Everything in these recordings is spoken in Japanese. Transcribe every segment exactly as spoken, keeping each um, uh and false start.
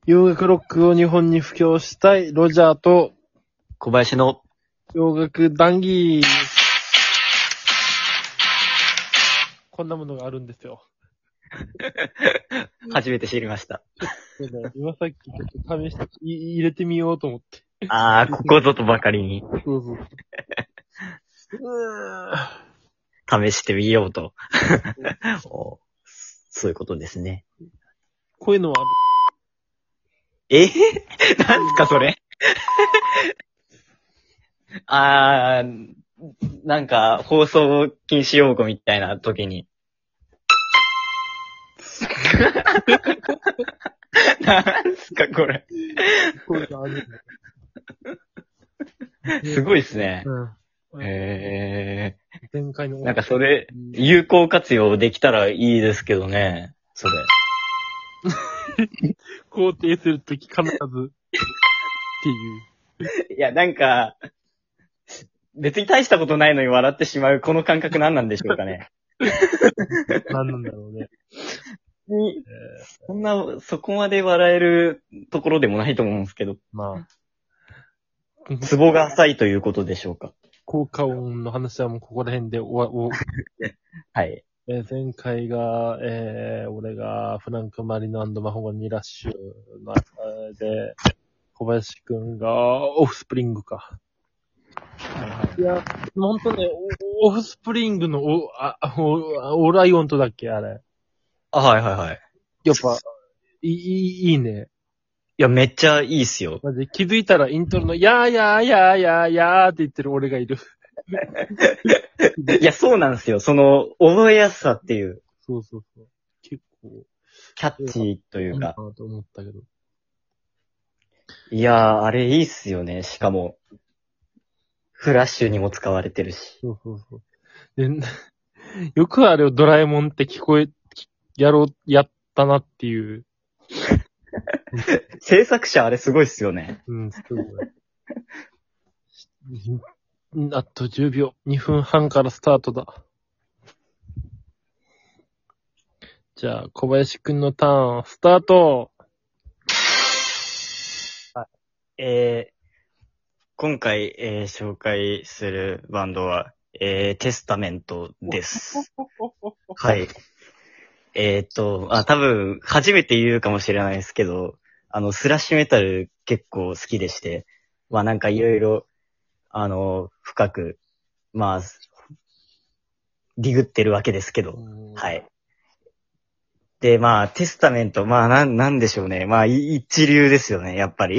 洋楽ロックを日本に布教したいロジャーと小林の洋楽談義。こんなものがあるんですよ。 初めて知りました。 そうだ、今さっきちょっと試してい入れてみようと思って。 ああ、ここぞとばかりにそうそう。うー試してみようと。おそういうことですね。 こういうのはある。 えなんすかそれあー、なんか放送禁止用語みたいな時に。なんすかこれ。 こういうのある。 すごいですね。 うん。 へ前回の。 ー。なんかそれ、有効活用できたらいいですけどね。それ。 肯定するとき必ずっていう。 いや、なんか、別に大したことないのに笑ってしまうこの感覚何なんでしょうかね。 何なんだろうね。 にえそんな、そこまで笑えるところでもないと思うんですけど、 ー、まあ、 ツボが浅いということでしょうか。 効果音の話はもうここら辺で終わ、おはい。 えー前回が、えー、俺がフランク・マリノ&マホガニ・ラッシュの中で、小林くんがオフスプリングか。いや、ほんとね、オオフスプリングのお、あ、お、オーライオンとだっけあれ。 あ、はいはいはい。 やっぱ、いい、いいね。 いや、めっちゃいいっすよ。 マジで気づいたらイントロの、やーやーやーやーやーって言ってる俺がいる。 いや、そうなんですよ。その、覚えやすさっていう、 そうそうそう。結構、 キャッチーといいいなうか。 と思ったけど。 いやー、あれいいっすよね。しかも、フラッシュにも使われてるし。 そうそうそう。で、よくあれをドラえもんって聞こえ、やろう、やったなっていう。 制作者あれすごいっすよね。 うん、すごい。うんあとじゅうびょう。にふんはんからスタートだ。じゃあ、小林くんのターン、スタート。 えー、今回、えー、紹介するバンドは、えー、テスタメントです。はい。えーっと、あ、多分、初めて言うかもしれないですけど、あの、スラッシュメタル結構好きでして、まあなんかいろいろ、あの、深く、まあ、ディグってるわけですけど、はい。で、まあ、テスタメント、まあ、なん、なんでしょうね。まあ、い一流ですよね、やっぱり。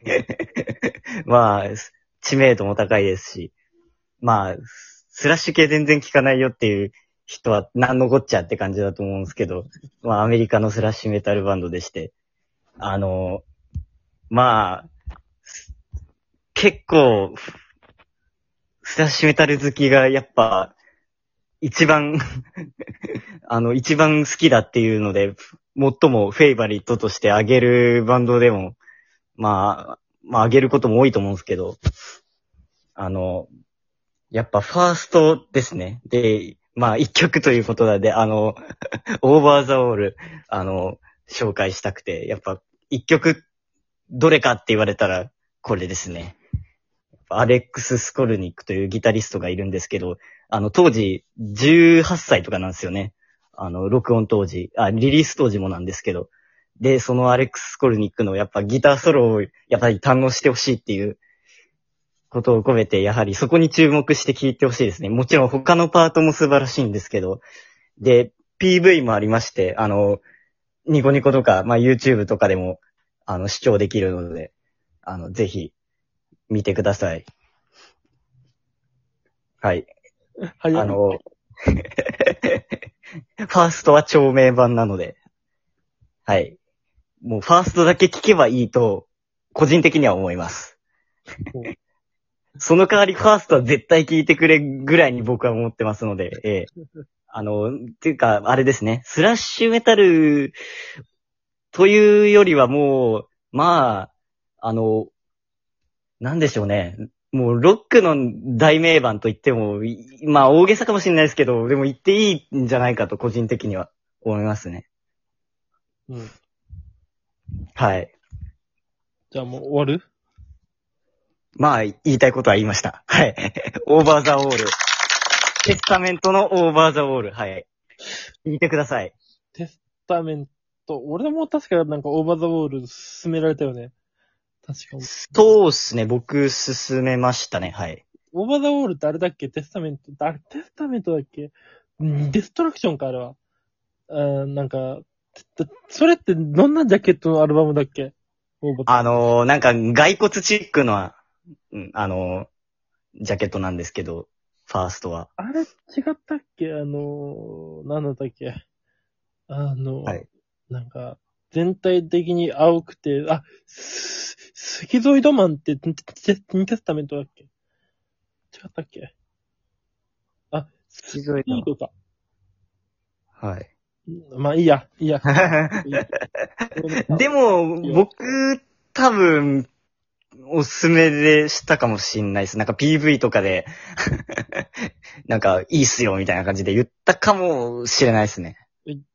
まあ、知名度も高いですし、まあ、スラッシュ系全然聞かないよっていう人は何のこっちゃって感じだと思うんですけど、まあ、アメリカのスラッシュメタルバンドでして、あの、まあ、結構、スラッシュメタル好きがやっぱ、一番あの、一番好きだっていうので、最もフェイバリットとしてあげるバンドでも、まあ、まああげることも多いと思うんですけど、あの、やっぱファーストですね。で、まあ一曲ということなんで、あの、オーバーザオール、あの、紹介したくて、やっぱ一曲どれかって言われたらこれですね。アレックス・スコルニックというギタリストがいるんですけど、あの当時じゅうはっさいとかなんですよね。あの、録音当時、あ、リリース当時もなんですけど。で、そのアレックス・スコルニックのやっぱギターソロをやっぱり堪能してほしいっていうことを込めて、やはりそこに注目して聴いてほしいですね。もちろん他のパートも素晴らしいんですけど、で、ピーブイ もありまして、あの、ニコニコとか、まあ YouTube とかでも、あの、視聴できるので、あの、ぜひ、見てください。はい。 はい。 あの、ファーストは長命版なので、はい。もうファーストだけ聞けばいいと、個人的には思います。その代わりファーストは絶対聞いてくれぐらいに僕は思ってますので、ええ。あの、っていうか、あれですね、スラッシュメタルというよりはもう、まあ、あの、なんでしょうね。もうロックの大名盤と言っても、いまあ大げさかもしれないですけど、でも言っていいんじゃないかと個人的には思いますね。 うん。 はい。 じゃあもう終わる？ まあ、言いたいことは言いました。はい。オーバーザウォール。テスタメントのオーバーザウォール。はい。聞いてください。 テスタメント、俺も確かなんかオーバーザウォール勧められたよね。確かに。 そうっすね。僕、進めましたね。はい。 オーバーザウォールってあれだっけ？テスタメント、あれテスタメントだっけ？うん、デストラクションか、あれは。あーなんか、てそれってどんなジャケットのアルバムだっけ？オーバーあのー、なんか、骸骨チックな、うんあのー、ジャケットなんですけど、ファーストは。 あれ違ったっけ？あのー、なんだったっけ？あのー、 はい。 なんか、全体的に青くて、あ、ススキゾイドマンってテテテスタメントだっけ？違ったっけ？あ、スキゾイドマンキードか。 はい。 まあいいや、いいや。 でも、僕、多分、おすすめでしたかもしんないです。なんか ピーブイ とかで、なんか、いいっすよ、みたいな感じで言ったかもしれないですね。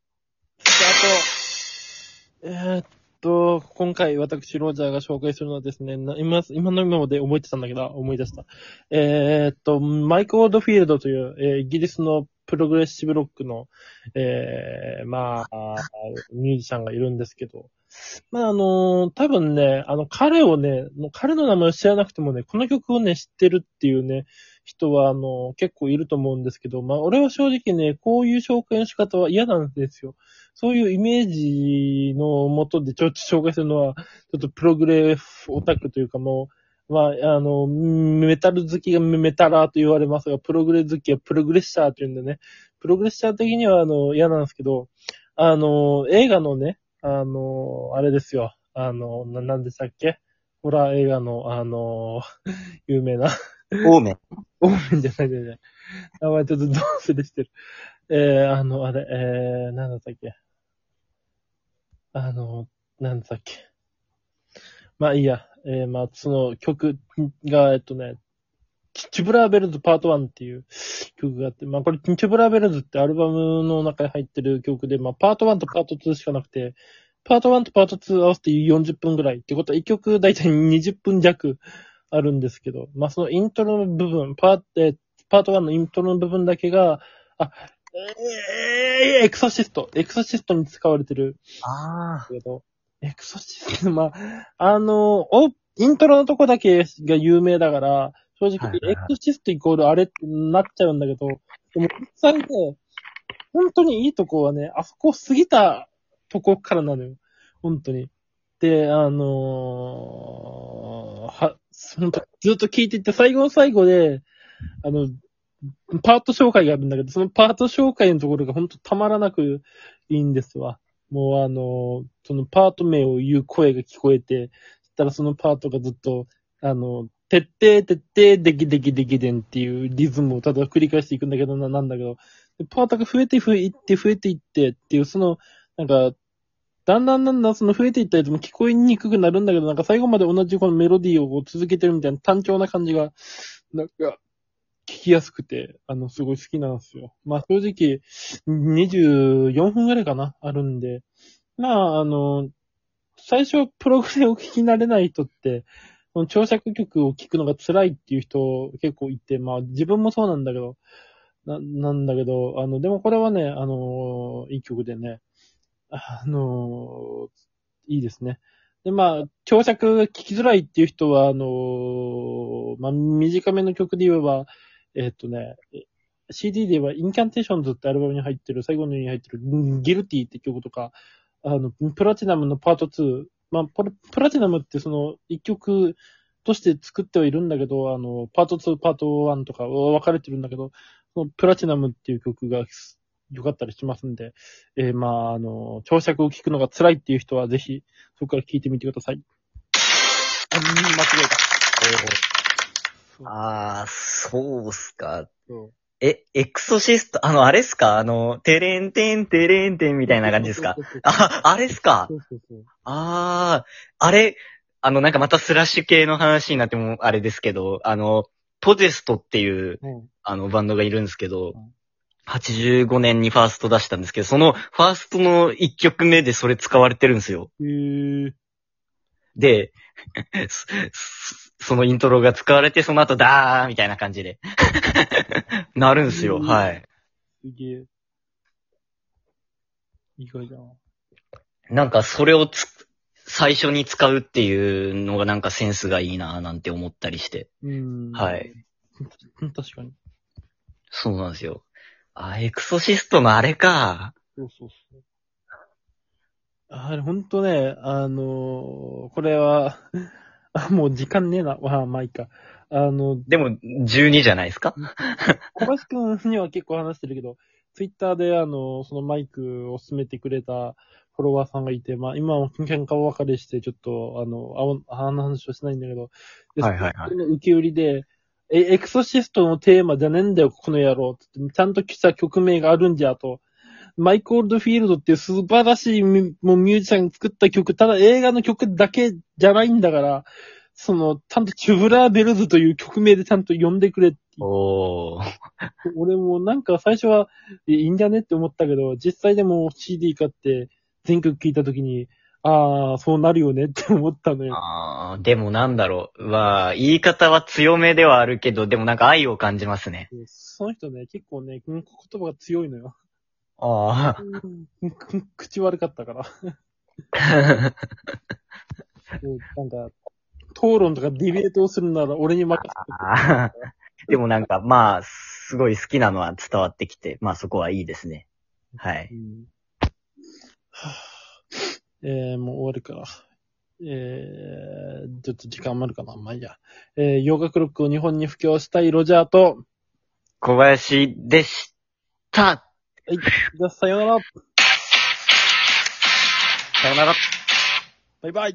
あと、えー、っと、今回私、ロジャーが紹介するのはですね、な今、今の今まで覚えてたんだけど、思い出した。えー、っと、マイク・オードフィールドという、えーイギリスのプログレッシブロックの、えー、まあ、ミュージシャンがいるんですけど、まあ、あの、多分ね、あの、彼をね、彼の名前を知らなくてもね、この曲をね、知ってるっていうね、人は、あの、結構いると思うんですけど、まあ、俺は正直ね、こういう紹介の仕方は嫌なんですよ。そういうイメージのもとでちょっと紹介するのは、ちょっとプログレオタクというかもう、まあ、あの、メタル好きがメタラーと言われますが、プログレ好きはプログレッシャーというんでね、プログレッシャー的には、あの、嫌なんですけど、あの、映画のね、あの、あれですよ。あの、な、なんでしたっけ？ホラー映画の、あの、有名な、 オーメン。 オーメンじゃないじゃない。名前ちょっとどうするしてる。えー、あの、あれ、えー、なんだったっけ？あの、なんだったっけ？まあいいや。えー、まあ、その曲が、えっとね、チュブラーベルズパートワンっていう曲があって、まあこれ、チュブラーベルズってアルバムの中に入ってる曲で、まあパートワンとパートツーしかなくて、パートワンとパートツー合わせてよんじゅっぷんぐらいってことは、いっきょくだいたいにじゅっぷん弱あるんですけど、まあそのイントロの部分、パーえーパートワンのイントロの部分だけが、あ、えー、エクソシスト、エクソシストに使われてるあけど、エクソシスト、まあ、あの、お、イントロのとこだけが有名だから、正直、 はいはいはいエクソシストイコールあれってなっちゃうんだけど、でも実際ね、本当にいいとこはね、あそこ過ぎたとこからなのよ。本当に。で、あのーは、本当ずっと聞いていって、最後の最後で、あの、パート紹介があるんだけど、そのパート紹介のところが本当たまらなくいいんですわ。もうあの、そのパート名を言う声が聞こえて、そしたらそのパートがずっと、あの、てっててってできできできでんっていうリズムをただ繰り返していくんだけどな、なんだけど、パートが増えて増えていって増えていってっていう、その、なんか、だんだんだんだんその増えていったやつも聞こえにくくなるんだけど、なんか最後まで同じこのメロディーをこう続けてるみたいな単調な感じが、なんか、聞きやすくて、あの、すごい好きなんですよ。まあ正直、にじゅうよんぷんぐらいかな、あるんで。まあ、あの、最初プログレを聞き慣れない人って、この長尺曲を聞くのが辛いっていう人結構いて、まあ自分もそうなんだけど、な、なんだけど、あの、でもこれはね、あの、いい曲でね、あの、いいですね。で、まあ、長尺が聞きづらいっていう人は、あの、まあ、短めの曲で言えば、えっとね、シーディー で言えば、インキャンテーションズってアルバムに入ってる、最後のに入ってる、ギルティって曲とか、あの、プラチナムのパートツー、まあ、プラプラチナムってその、一曲として作ってはいるんだけど、あの、パートツー、パートワンとか分かれてるんだけど、そのプラチナムっていう曲が良かったりしますんで、えー、まあ、あの、長尺を聞くのが辛いっていう人はぜひ、そこから聞いてみてください。あ、間違えた。 あー、そうっすか。 そうえ、エクソシスト、あの、あれっすかあの、テレンテンテレンテンみたいな感じですかそうそうそうあ、あれっすかそうそうそう。 あー、あれ、あの、なんかまたスラッシュ系の話になってもあれですけど、あの、ポジェストっていう、 うんあの、バンドがいるんですけどうん、 はちじゅうごねんにファースト出したんですけど、そのファーストのいっきょくめでそれ使われてるんですよ。 へー。 で、そのイントロが使われて、その後ダーみたいな感じで、なるんすよ。はい。 すげえ。意外だな。 なんかそれをつ、最初に使うっていうのがなんかセンスがいいなぁなんて思ったりして。 うん。 はい。 確かに。 そうなんですよ。あ、エクソシストのあれか。 そうそうそう。あれ、ほんとね、あのー、これは、あ、もう時間ねえな。まあ、まあいいか。あの、 でも、じゅうにじゃないですか？ 小林くんには結構話してるけど、ツイッターであの、そのマイクを勧めてくれたフォロワーさんがいて、まあ今は喧嘩別れして、ちょっと、あの、ああの話はしないんだけど、で、 はいはいはいその受け売りで、え、エクソシストのテーマじゃねえんだよ、この野郎。つってちゃんとした曲名があるんじゃ、と。マイク・オールドフィールドっていう素晴らしいミもうミュージシャンが作った曲、ただ映画の曲だけじゃないんだから、その、ちゃんとチュブラーベルズという曲名でちゃんと呼んでくれって言って。 おー。 俺もなんか最初は、えいいんじゃねって思ったけど、実際でも シーディー 買って全曲聴いたときに、ああ、そうなるよねって思ったのよ。 あー、でもなんだろう。は、言い方は強めではあるけど、でもなんか愛を感じますね。 その人ね、結構ね、言葉が強いのよ。 ああ。 うん口悪かったから。うんなんか、討論とかディベートをするなら俺に任せて。 あーでもなんか、まあ、すごい好きなのは伝わってきて、まあそこはいいですね。はうい。 んはあえー、もう終わるから。えー、ちょっと時間余るかな。まあいいや。えー、洋楽ロックを日本に布教したいロジャーと、 小林でした。 はい。じゃあ、さようなら。 さよなら。 バイバイ。